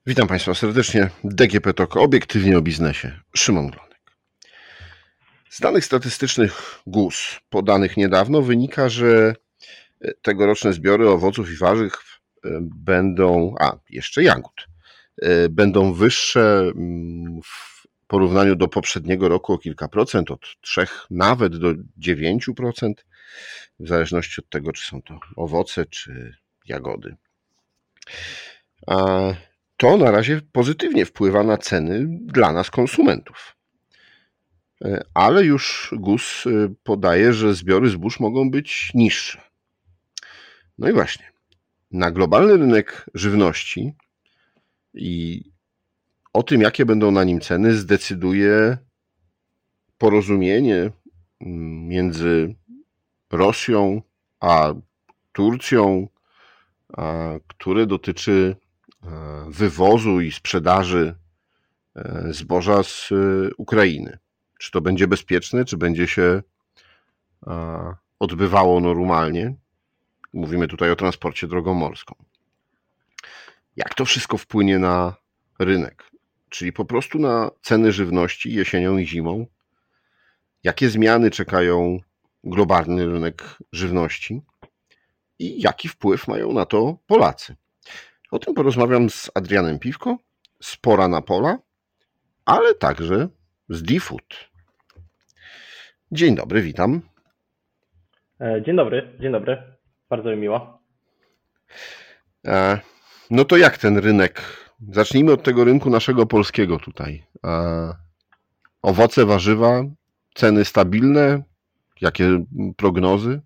Witam Państwa serdecznie. DGP TOK, obiektywnie o biznesie. Szymon Glonek. Z danych statystycznych GUS, podanych niedawno, wynika, że tegoroczne zbiory owoców i warzyw jeszcze jagód, będą wyższe w porównaniu do poprzedniego roku o kilka procent, od 3 nawet do 9%, w zależności od tego, czy są to owoce, czy jagody. To na razie pozytywnie wpływa na ceny dla nas, konsumentów. Ale już GUS podaje, że zbiory zbóż mogą być niższe. No i właśnie, na globalny rynek żywności i o tym, jakie będą na nim ceny, zdecyduje porozumienie między Rosją a Turcją, które dotyczy wywozu i sprzedaży zboża z Ukrainy. Czy to będzie bezpieczne, czy będzie się odbywało normalnie? Mówimy tutaj o transporcie drogą morską. Jak to wszystko wpłynie na rynek? Czyli po prostu na ceny żywności jesienią i zimą? Jakie zmiany czekają globalny rynek żywności? I jaki wpływ mają na to Polacy? O tym porozmawiam z Adrianem Piwko, z Pora na Pola, ale także z DFood. Dzień dobry, witam. Dzień dobry. Bardzo mi miło. No to jak ten rynek? Zacznijmy od tego rynku naszego polskiego tutaj. Owoce, warzywa, ceny stabilne? Jakie prognozy?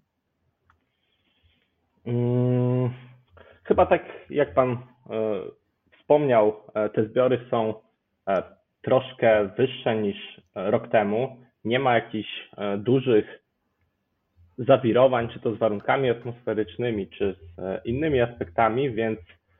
Chyba tak jak Pan wspomniał, te zbiory są troszkę wyższe niż rok temu. Nie ma jakichś dużych zawirowań, czy to z warunkami atmosferycznymi, czy z innymi aspektami, więc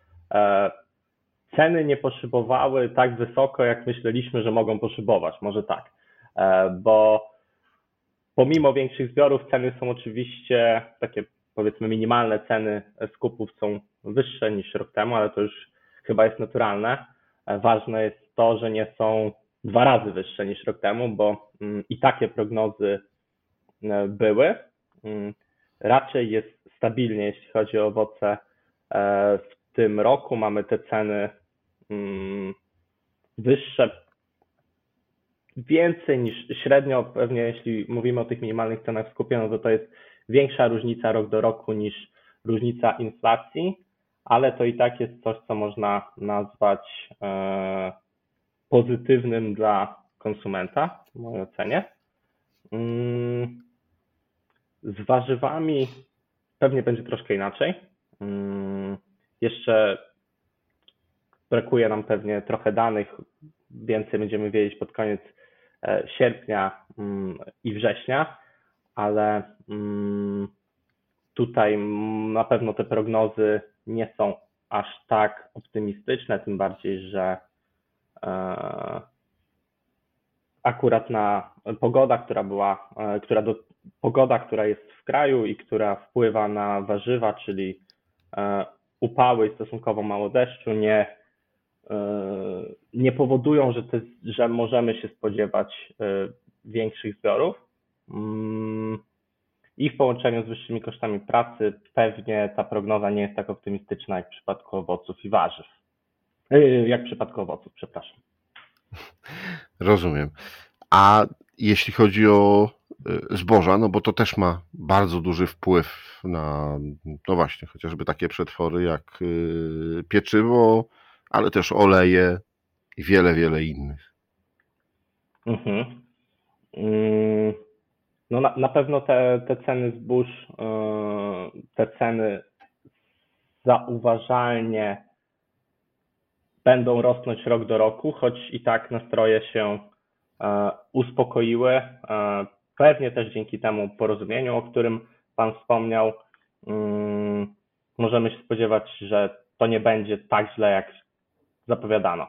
ceny nie poszybowały tak wysoko, jak myśleliśmy, że mogą poszybować. Może tak, bo pomimo większych zbiorów ceny są oczywiście takie, powiedzmy, minimalne ceny skupów są wyższe niż rok temu, ale to już chyba jest naturalne. Ważne jest to, że nie są 2 razy wyższe niż rok temu, bo i takie prognozy były. Raczej jest stabilnie, jeśli chodzi o owoce. W tym roku mamy te ceny wyższe, więcej niż średnio, pewnie jeśli mówimy o tych minimalnych cenach w skupie, no to jest większa różnica rok do roku niż różnica inflacji, ale to i tak jest coś, co można nazwać pozytywnym dla konsumenta, w mojej ocenie. Z warzywami pewnie będzie troszkę inaczej. Jeszcze brakuje nam pewnie trochę danych, więcej będziemy wiedzieć pod koniec sierpnia i września, ale tutaj na pewno te prognozy nie są aż tak optymistyczne, tym bardziej, że akurat na pogoda, która jest w kraju i która wpływa na warzywa, czyli upały i stosunkowo mało deszczu, nie powodują, że możemy się spodziewać większych zbiorów. I w połączeniu z wyższymi kosztami pracy pewnie ta prognoza nie jest tak optymistyczna jak w przypadku owoców i warzyw. Przepraszam. Rozumiem. A jeśli chodzi o zboża, no bo to też ma bardzo duży wpływ na, no właśnie, chociażby takie przetwory jak pieczywo, ale też oleje i wiele innych. No na pewno te ceny zbóż, te ceny zauważalnie będą rosnąć rok do roku, choć i tak nastroje się uspokoiły. Pewnie też dzięki temu porozumieniu, o którym Pan wspomniał, możemy się spodziewać, że to nie będzie tak źle, jak zapowiadano.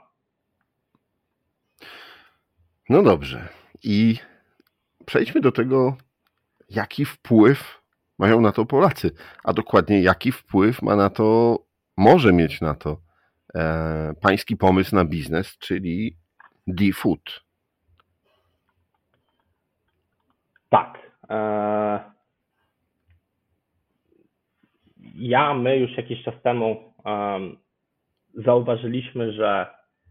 No dobrze. I przejdźmy do tego, jaki wpływ mają na to Polacy, a dokładnie jaki wpływ może mieć na to pański pomysł na biznes, czyli D-Food. Tak. My już jakiś czas temu zauważyliśmy, że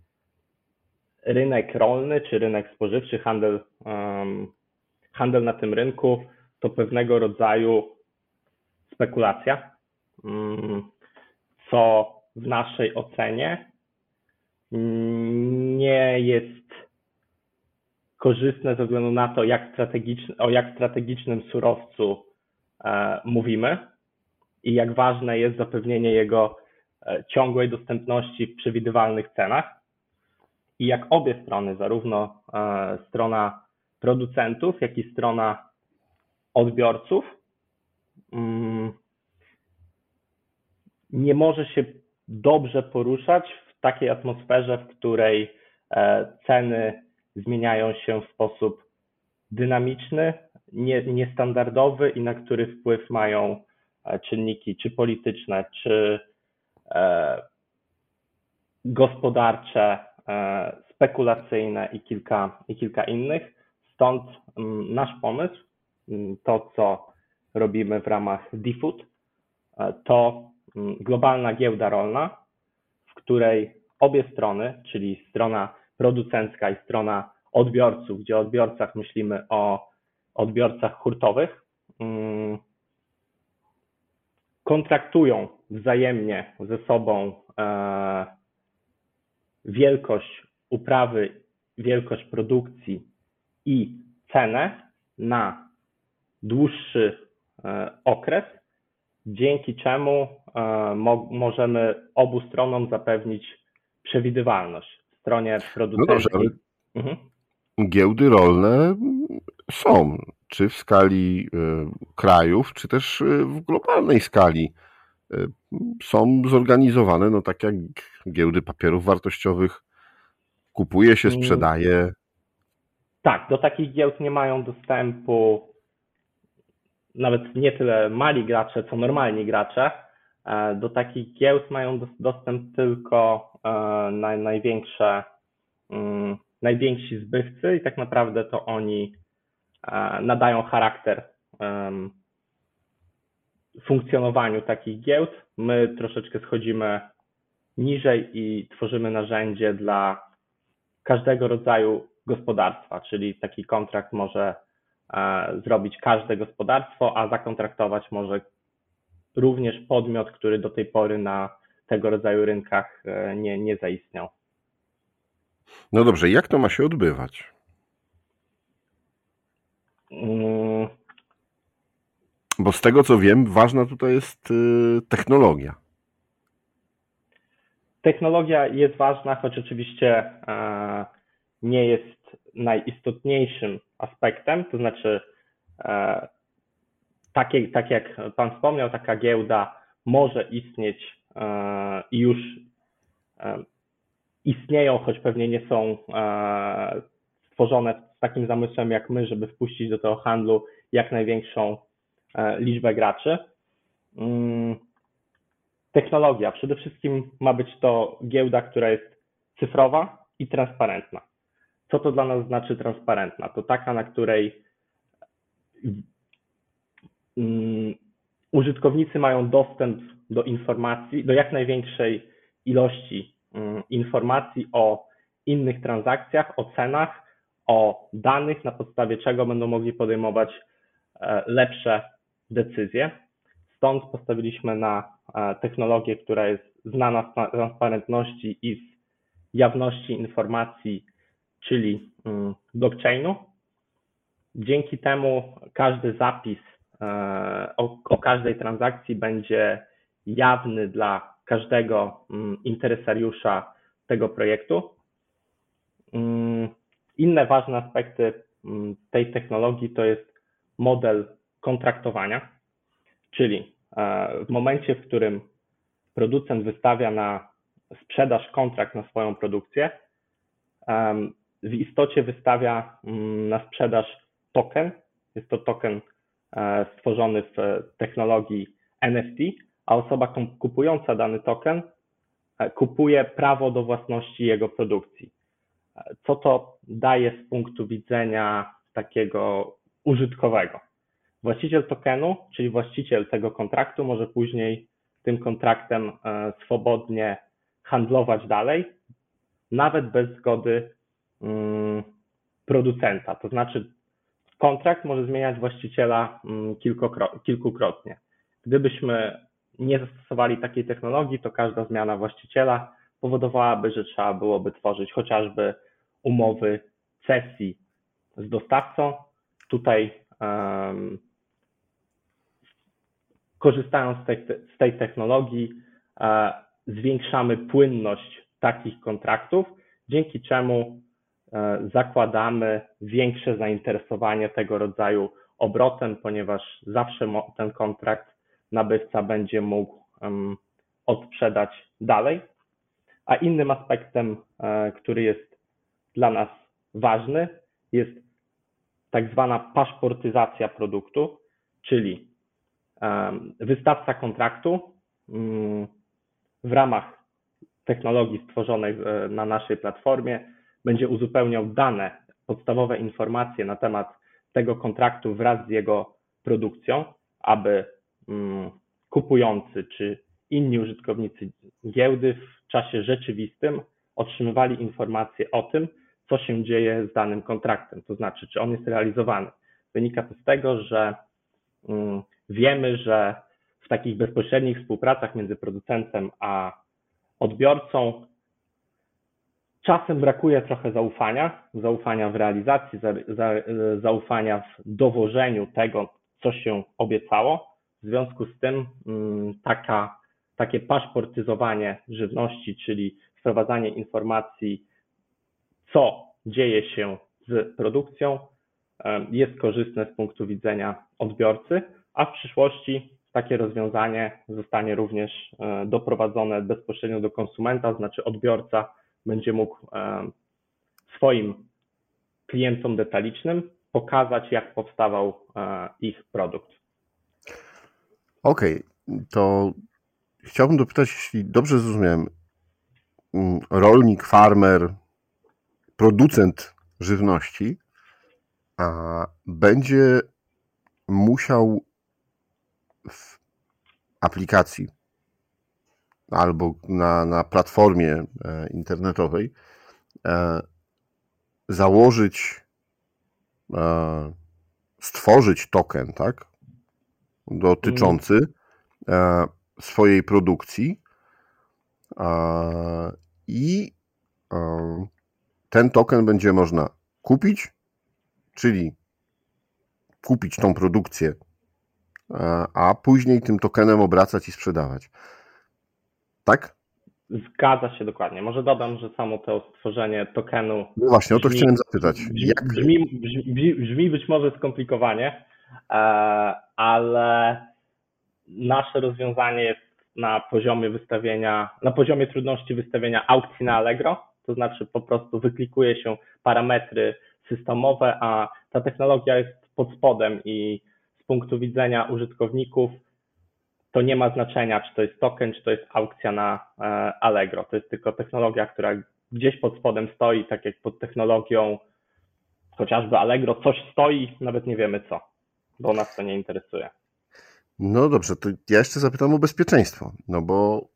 rynek rolny czy rynek spożywczy, handel na tym rynku to pewnego rodzaju spekulacja, co w naszej ocenie nie jest korzystne ze względu na to, o jak strategicznym surowcu mówimy i jak ważne jest zapewnienie jego ciągłej dostępności w przewidywalnych cenach i jak obie strony, zarówno strona producentów, jak i strona odbiorców, nie może się dobrze poruszać w takiej atmosferze, w której ceny zmieniają się w sposób dynamiczny, niestandardowy i na który wpływ mają czynniki czy polityczne, czy gospodarcze, spekulacyjne i kilka innych. Stąd nasz pomysł, to co robimy w ramach D-Food, to globalna giełda rolna, w której obie strony, czyli strona producencka i strona odbiorców, gdzie o odbiorcach myślimy o odbiorcach hurtowych, kontraktują wzajemnie ze sobą wielkość uprawy, wielkość produkcji i cenę na dłuższy okres, dzięki czemu możemy obu stronom zapewnić przewidywalność. W stronie producenckiej. No dobrze, ale giełdy rolne są, czy w skali krajów, czy też w globalnej skali. Są zorganizowane, no tak jak giełdy papierów wartościowych, kupuje się, sprzedaje. Tak, do takich giełd nie mają dostępu nawet nie tyle mali gracze, co normalni gracze. Do takich giełd mają dostęp tylko najwięksi zbywcy i tak naprawdę to oni nadają charakter funkcjonowaniu takich giełd. My troszeczkę schodzimy niżej i tworzymy narzędzie dla każdego rodzaju gospodarstwa, czyli taki kontrakt może zrobić każde gospodarstwo, a zakontraktować może również podmiot, który do tej pory na tego rodzaju rynkach nie zaistniał. No dobrze, jak to ma się odbywać? Bo z tego co wiem, ważna tutaj jest technologia. Technologia jest ważna, choć oczywiście nie jest najistotniejszym aspektem, to znaczy tak jak Pan wspomniał, taka giełda może istnieć i już istnieją, choć pewnie nie są stworzone z takim zamysłem jak my, żeby wpuścić do tego handlu jak największą liczbę graczy. Technologia. Przede wszystkim ma być to giełda, która jest cyfrowa i transparentna. Co to dla nas znaczy transparentna? To taka, na której użytkownicy mają dostęp do informacji, do jak największej ilości informacji o innych transakcjach, o cenach, o danych, na podstawie czego będą mogli podejmować lepsze decyzje. Stąd postawiliśmy na technologię, która jest znana z transparentności i z jawności informacji, czyli blockchainu. Dzięki temu każdy zapis o każdej transakcji będzie jawny dla każdego interesariusza tego projektu. Inne ważne aspekty tej technologii to jest model kontraktowania, czyli w momencie, w którym producent wystawia na sprzedaż kontrakt na swoją produkcję, w istocie wystawia na sprzedaż token. Jest to token stworzony w technologii NFT, a osoba kupująca dany token kupuje prawo do własności jego produkcji. Co to daje z punktu widzenia takiego użytkowego? Właściciel tokenu, czyli właściciel tego kontraktu, może później tym kontraktem swobodnie handlować dalej, nawet bez zgody producenta. To znaczy kontrakt może zmieniać właściciela kilkukrotnie. Gdybyśmy nie zastosowali takiej technologii, to każda zmiana właściciela powodowałaby, że trzeba byłoby tworzyć chociażby umowy cesji z dostawcą. Tutaj korzystając z tej technologii zwiększamy płynność takich kontraktów, dzięki czemu zakładamy większe zainteresowanie tego rodzaju obrotem, ponieważ zawsze ten kontrakt nabywca będzie mógł odsprzedać dalej. A innym aspektem, który jest dla nas ważny, jest tak zwana paszportyzacja produktu, czyli wystawca kontraktu w ramach technologii stworzonej na naszej platformie będzie uzupełniał dane, podstawowe informacje na temat tego kontraktu wraz z jego produkcją, aby kupujący czy inni użytkownicy giełdy w czasie rzeczywistym otrzymywali informacje o tym, co się dzieje z danym kontraktem, to znaczy, czy on jest realizowany. Wynika to z tego, że wiemy, że w takich bezpośrednich współpracach między producentem a odbiorcą czasem brakuje trochę zaufania w realizacji, zaufania w dowożeniu tego, co się obiecało. W związku z tym takie paszportyzowanie żywności, czyli wprowadzanie informacji, co dzieje się z produkcją, jest korzystne z punktu widzenia odbiorcy, a w przyszłości takie rozwiązanie zostanie również doprowadzone bezpośrednio do konsumenta, znaczy odbiorca będzie mógł swoim klientom detalicznym pokazać, jak powstawał ich produkt. Okej, to chciałbym dopytać, jeśli dobrze zrozumiałem, rolnik, farmer, producent żywności będzie musiał w aplikacji albo na platformie internetowej założyć, stworzyć token, tak, dotyczący swojej produkcji i ten token będzie można kupić, czyli kupić tą produkcję, a później tym tokenem obracać i sprzedawać. Tak? Zgadza się dokładnie. Może dodam, że samo to stworzenie tokenu. No właśnie, o to chciałem zapytać. Brzmi być może skomplikowanie, ale nasze rozwiązanie jest na poziomie trudności wystawienia aukcji na Allegro, to znaczy po prostu wyklikuje się parametry systemowe, a ta technologia jest pod spodem i z punktu widzenia użytkowników to nie ma znaczenia, czy to jest token, czy to jest aukcja na Allegro. To jest tylko technologia, która gdzieś pod spodem stoi, tak jak pod technologią chociażby Allegro coś stoi, nawet nie wiemy co, bo nas to nie interesuje. No dobrze, to ja jeszcze zapytam o bezpieczeństwo, no bo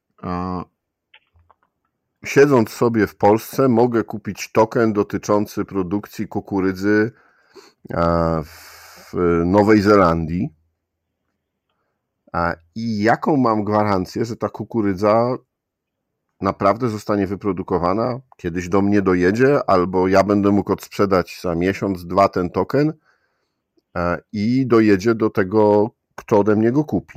siedząc sobie w Polsce mogę kupić token dotyczący produkcji kukurydzy w Nowej Zelandii. I jaką mam gwarancję, że ta kukurydza naprawdę zostanie wyprodukowana, kiedyś do mnie dojedzie, albo ja będę mógł odsprzedać za miesiąc, dwa ten token i dojedzie do tego, kto ode mnie go kupi.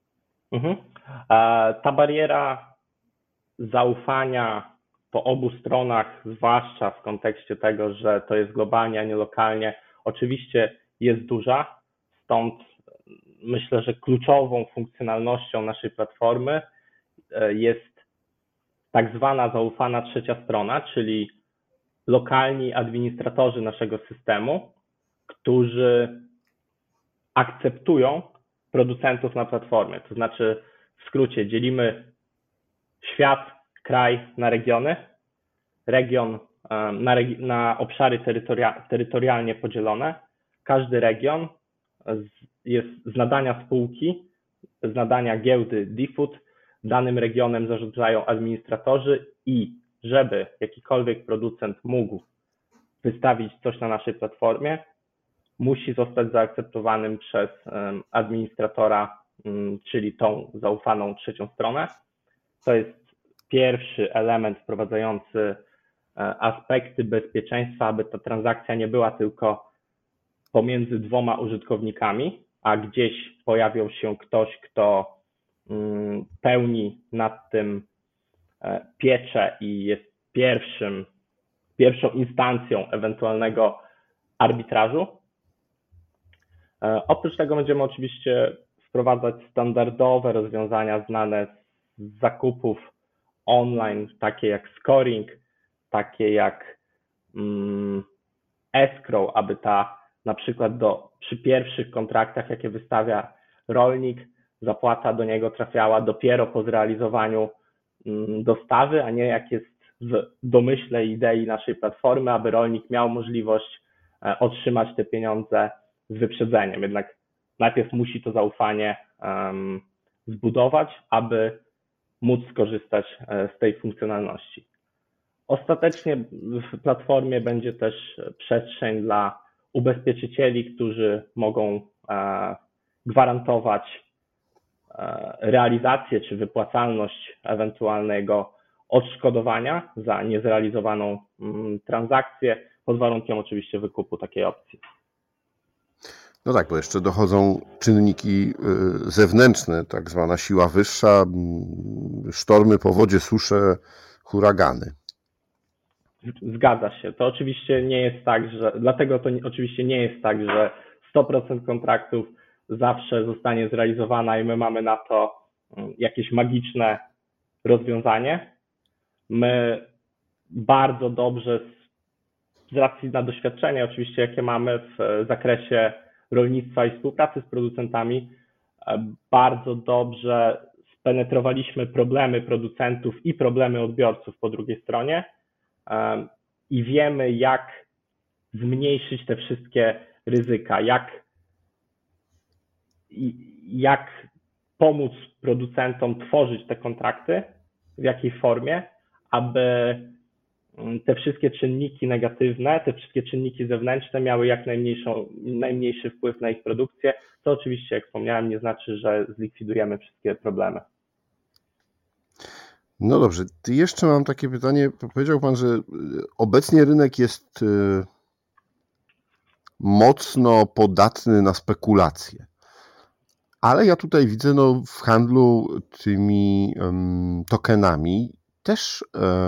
Ta bariera zaufania po obu stronach, zwłaszcza w kontekście tego, że to jest globalnie, a nie lokalnie, oczywiście jest duża, stąd myślę, że kluczową funkcjonalnością naszej platformy jest tak zwana zaufana trzecia strona, czyli lokalni administratorzy naszego systemu, którzy akceptują producentów na platformie. To znaczy, w skrócie, dzielimy świat, kraj na regiony, region na obszary terytorialnie podzielone. Każdy region jest z nadania spółki, z nadania giełdy DeFood, danym regionem zarządzają administratorzy i żeby jakikolwiek producent mógł wystawić coś na naszej platformie, musi zostać zaakceptowanym przez administratora, czyli tą zaufaną trzecią stronę. To jest pierwszy element wprowadzający aspekty bezpieczeństwa, aby ta transakcja nie była tylko pomiędzy dwoma użytkownikami, a gdzieś pojawił się ktoś, kto pełni nad tym pieczę i jest pierwszą instancją ewentualnego arbitrażu. Oprócz tego będziemy oczywiście wprowadzać standardowe rozwiązania znane z zakupów online, takie jak scoring, takie jak escrow, aby na przykład przy pierwszych kontraktach, jakie wystawia rolnik, zapłata do niego trafiała dopiero po zrealizowaniu dostawy, a nie jak jest w domyśle idei naszej platformy, aby rolnik miał możliwość otrzymać te pieniądze z wyprzedzeniem. Jednak najpierw musi to zaufanie zbudować, aby móc skorzystać z tej funkcjonalności. Ostatecznie w platformie będzie też przestrzeń dla ubezpieczycieli, którzy mogą gwarantować realizację czy wypłacalność ewentualnego odszkodowania za niezrealizowaną transakcję, pod warunkiem oczywiście wykupu takiej opcji. No tak, bo jeszcze dochodzą czynniki zewnętrzne, tak zwana siła wyższa, sztormy, powodzie, susze, huragany. Zgadza się. To oczywiście nie jest tak, dlatego to oczywiście nie jest tak, że 100% kontraktów zawsze zostanie zrealizowana i my mamy na to jakieś magiczne rozwiązanie. My bardzo dobrze, z racji na doświadczenie oczywiście, jakie mamy w zakresie rolnictwa i współpracy z producentami, bardzo dobrze spenetrowaliśmy problemy producentów i problemy odbiorców po drugiej stronie i wiemy, jak zmniejszyć te wszystkie ryzyka, jak pomóc producentom tworzyć te kontrakty, w jakiej formie, aby te wszystkie czynniki negatywne, te wszystkie czynniki zewnętrzne miały jak najmniejszy wpływ na ich produkcję, co oczywiście, jak wspomniałem, nie znaczy, że zlikwidujemy wszystkie problemy. No dobrze, jeszcze mam takie pytanie. Powiedział Pan, że obecnie rynek jest mocno podatny na spekulacje. Ale ja tutaj widzę w handlu tymi tokenami też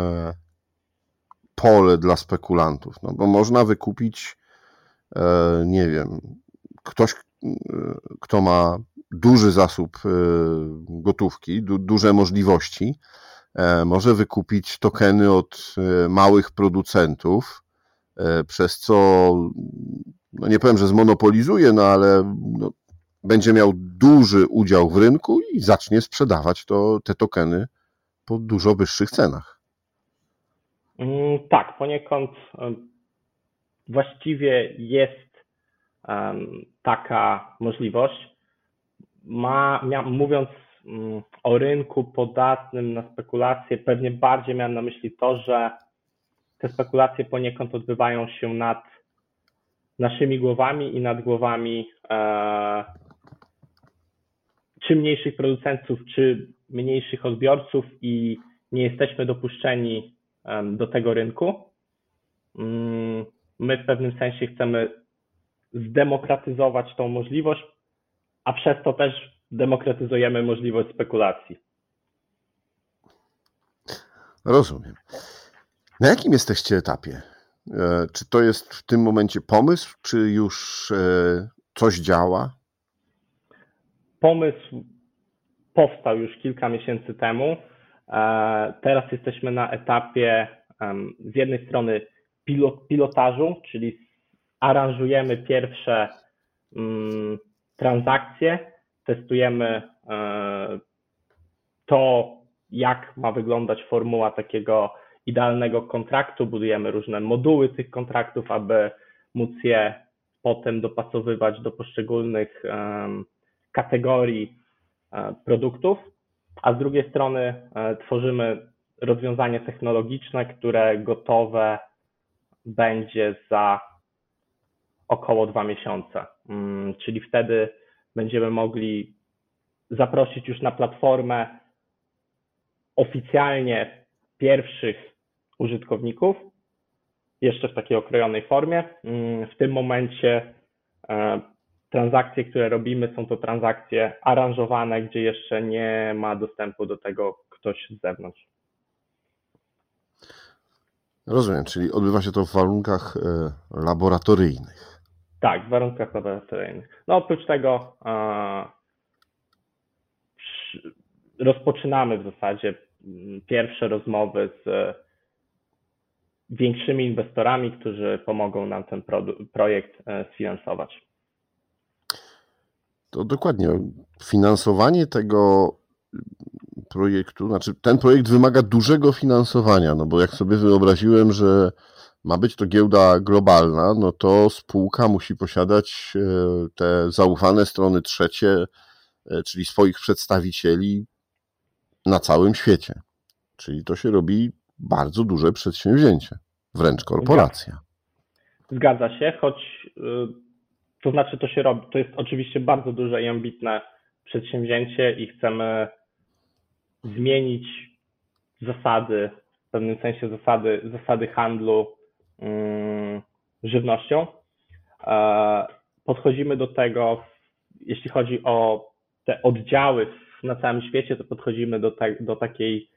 pole dla spekulantów, bo można wykupić, nie wiem, ktoś, kto ma duży zasób gotówki, duże możliwości, może wykupić tokeny od małych producentów, przez co, nie powiem, że zmonopolizuje, ale będzie miał duży udział w rynku i zacznie sprzedawać te tokeny po dużo wyższych cenach. Tak, poniekąd właściwie jest taka możliwość. Mówiąc o rynku podatnym na spekulacje, pewnie bardziej miałem na myśli to, że te spekulacje poniekąd odbywają się nad naszymi głowami i nad głowami czy mniejszych producentów, czy mniejszych odbiorców i nie jesteśmy dopuszczeni do tego rynku. My w pewnym sensie chcemy zdemokratyzować tą możliwość, a przez to też demokratyzujemy możliwość spekulacji. Rozumiem. Na jakim jesteście etapie? Czy to jest w tym momencie pomysł, czy już coś działa? Pomysł powstał już kilka miesięcy temu. Teraz jesteśmy na etapie z jednej strony pilotażu, czyli aranżujemy pierwsze transakcje, testujemy to, jak ma wyglądać formuła takiego idealnego kontraktu. Budujemy różne moduły tych kontraktów, aby móc je potem dopasowywać do poszczególnych kategorii produktów, a z drugiej strony tworzymy rozwiązanie technologiczne, które gotowe będzie za około 2 miesiące. Czyli wtedy będziemy mogli zaprosić już na platformę oficjalnie pierwszych użytkowników, jeszcze w takiej okrojonej formie. W tym momencie transakcje, które robimy, są to transakcje aranżowane, gdzie jeszcze nie ma dostępu do tego ktoś z zewnątrz. Rozumiem, czyli odbywa się to w warunkach laboratoryjnych. Tak, w warunkach laboratoryjnych. No oprócz tego rozpoczynamy w zasadzie pierwsze rozmowy z większymi inwestorami, którzy pomogą nam ten projekt sfinansować. To dokładnie. Finansowanie tego projektu, znaczy ten projekt wymaga dużego finansowania, no bo jak sobie wyobraziłem, że ma być to giełda globalna, no to spółka musi posiadać te zaufane strony trzecie, czyli swoich przedstawicieli na całym świecie. Czyli to się robi bardzo duże przedsięwzięcie, wręcz korporacja. Zgadza się, choć to znaczy to się robi, to jest oczywiście bardzo duże i ambitne przedsięwzięcie i chcemy zmienić zasady, w pewnym sensie zasady handlu żywnością. Podchodzimy do tego, jeśli chodzi o te oddziały na całym świecie, to podchodzimy do takiej,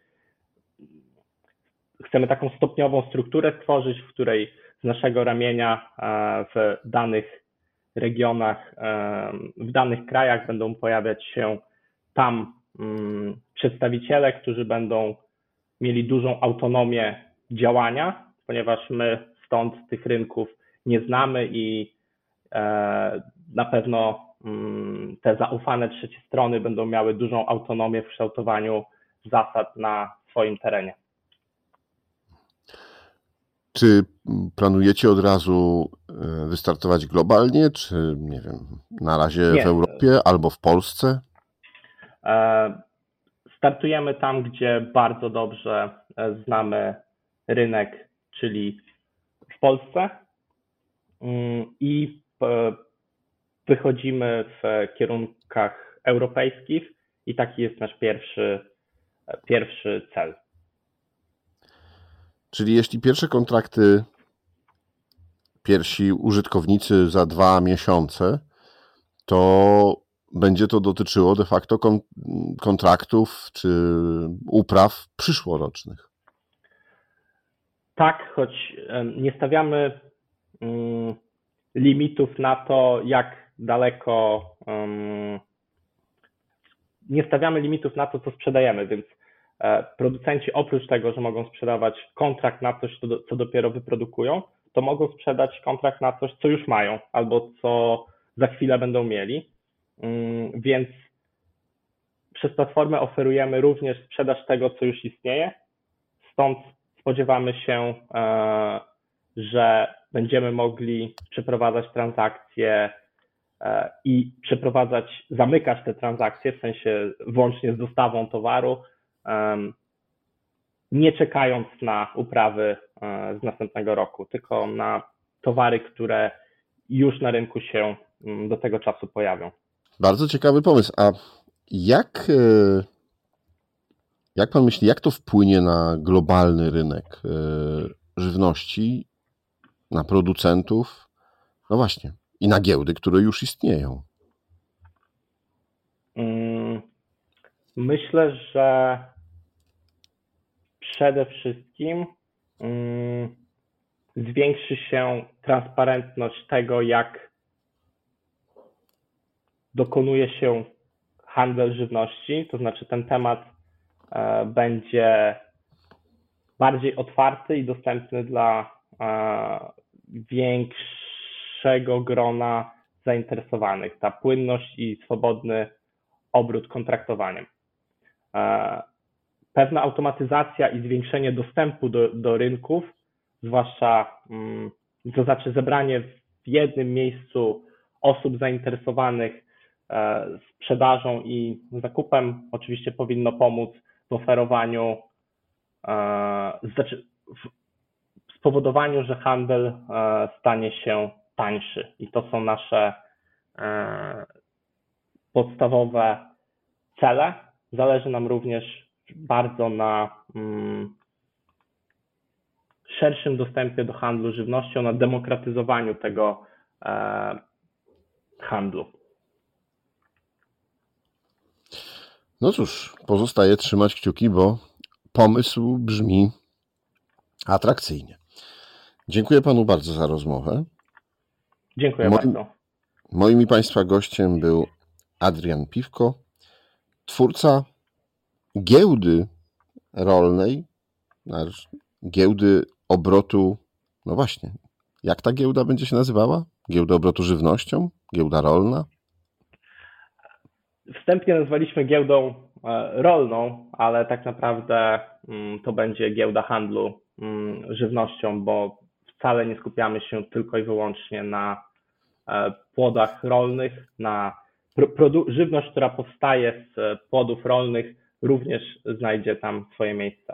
chcemy taką stopniową strukturę stworzyć, w której z naszego ramienia w danych regionach, w danych krajach będą pojawiać się tam przedstawiciele, którzy będą mieli dużą autonomię działania, ponieważ my stąd tych rynków nie znamy i na pewno te zaufane trzecie strony będą miały dużą autonomię w kształtowaniu zasad na swoim terenie. Czy planujecie od razu wystartować globalnie, czy nie wiem, na razie w Europie albo w Polsce? Startujemy tam, gdzie bardzo dobrze znamy rynek, czyli w Polsce i wychodzimy w kierunkach europejskich i taki jest nasz pierwszy cel. Czyli jeśli pierwsze kontrakty, pierwsi użytkownicy za 2 miesiące, to będzie to dotyczyło de facto kontraktów czy upraw przyszłorocznych. Tak, choć nie stawiamy limitów na to, jak daleko, nie stawiamy limitów na to, co sprzedajemy, więc producenci oprócz tego, że mogą sprzedawać kontrakt na coś, co dopiero wyprodukują, to mogą sprzedać kontrakt na coś, co już mają albo co za chwilę będą mieli, więc przez platformę oferujemy również sprzedaż tego, co już istnieje, stąd spodziewamy się, że będziemy mogli przeprowadzać transakcje i zamykać te transakcje, w sensie włącznie z dostawą towaru, nie czekając na uprawy z następnego roku, tylko na towary, które już na rynku się do tego czasu pojawią. Bardzo ciekawy pomysł. A jak pan myśli, jak to wpłynie na globalny rynek żywności, na producentów, no właśnie, i na giełdy, które już istnieją? Myślę, że przede wszystkim zwiększy się transparentność tego, jak dokonuje się handel żywności, to znaczy ten temat będzie bardziej otwarty i dostępny dla większego grona zainteresowanych. Ta płynność i swobodny obrót kontraktowaniem. pewna automatyzacja i zwiększenie dostępu do rynków, zwłaszcza to znaczy zebranie w jednym miejscu osób zainteresowanych sprzedażą i zakupem oczywiście powinno pomóc w oferowaniu, w spowodowaniu, że handel stanie się tańszy. I to są nasze podstawowe cele. Zależy nam również bardzo na szerszym dostępie do handlu żywnością, na demokratyzowaniu tego handlu. No cóż, pozostaje trzymać kciuki, bo pomysł brzmi atrakcyjnie. Dziękuję panu bardzo za rozmowę. Dziękuję bardzo. Moim i państwa gościem był Adrian Piwko, twórca giełdy rolnej, giełdy obrotu, no właśnie, jak ta giełda będzie się nazywała? Giełda obrotu żywnością? Giełda rolna? Wstępnie nazwaliśmy giełdą rolną, ale tak naprawdę to będzie giełda handlu żywnością, bo wcale nie skupiamy się tylko i wyłącznie na płodach rolnych, na żywność, która powstaje z płodów rolnych, również znajdzie tam swoje miejsce.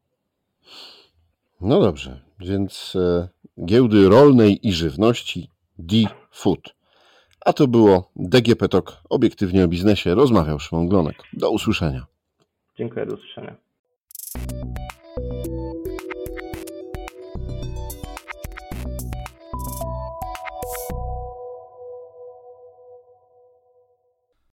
No dobrze, więc giełdy rolnej i żywności D-Food. A to było DGP Talk, obiektywnie o biznesie. Rozmawiał Szymon Glonek. Do usłyszenia. Dziękuję, do usłyszenia.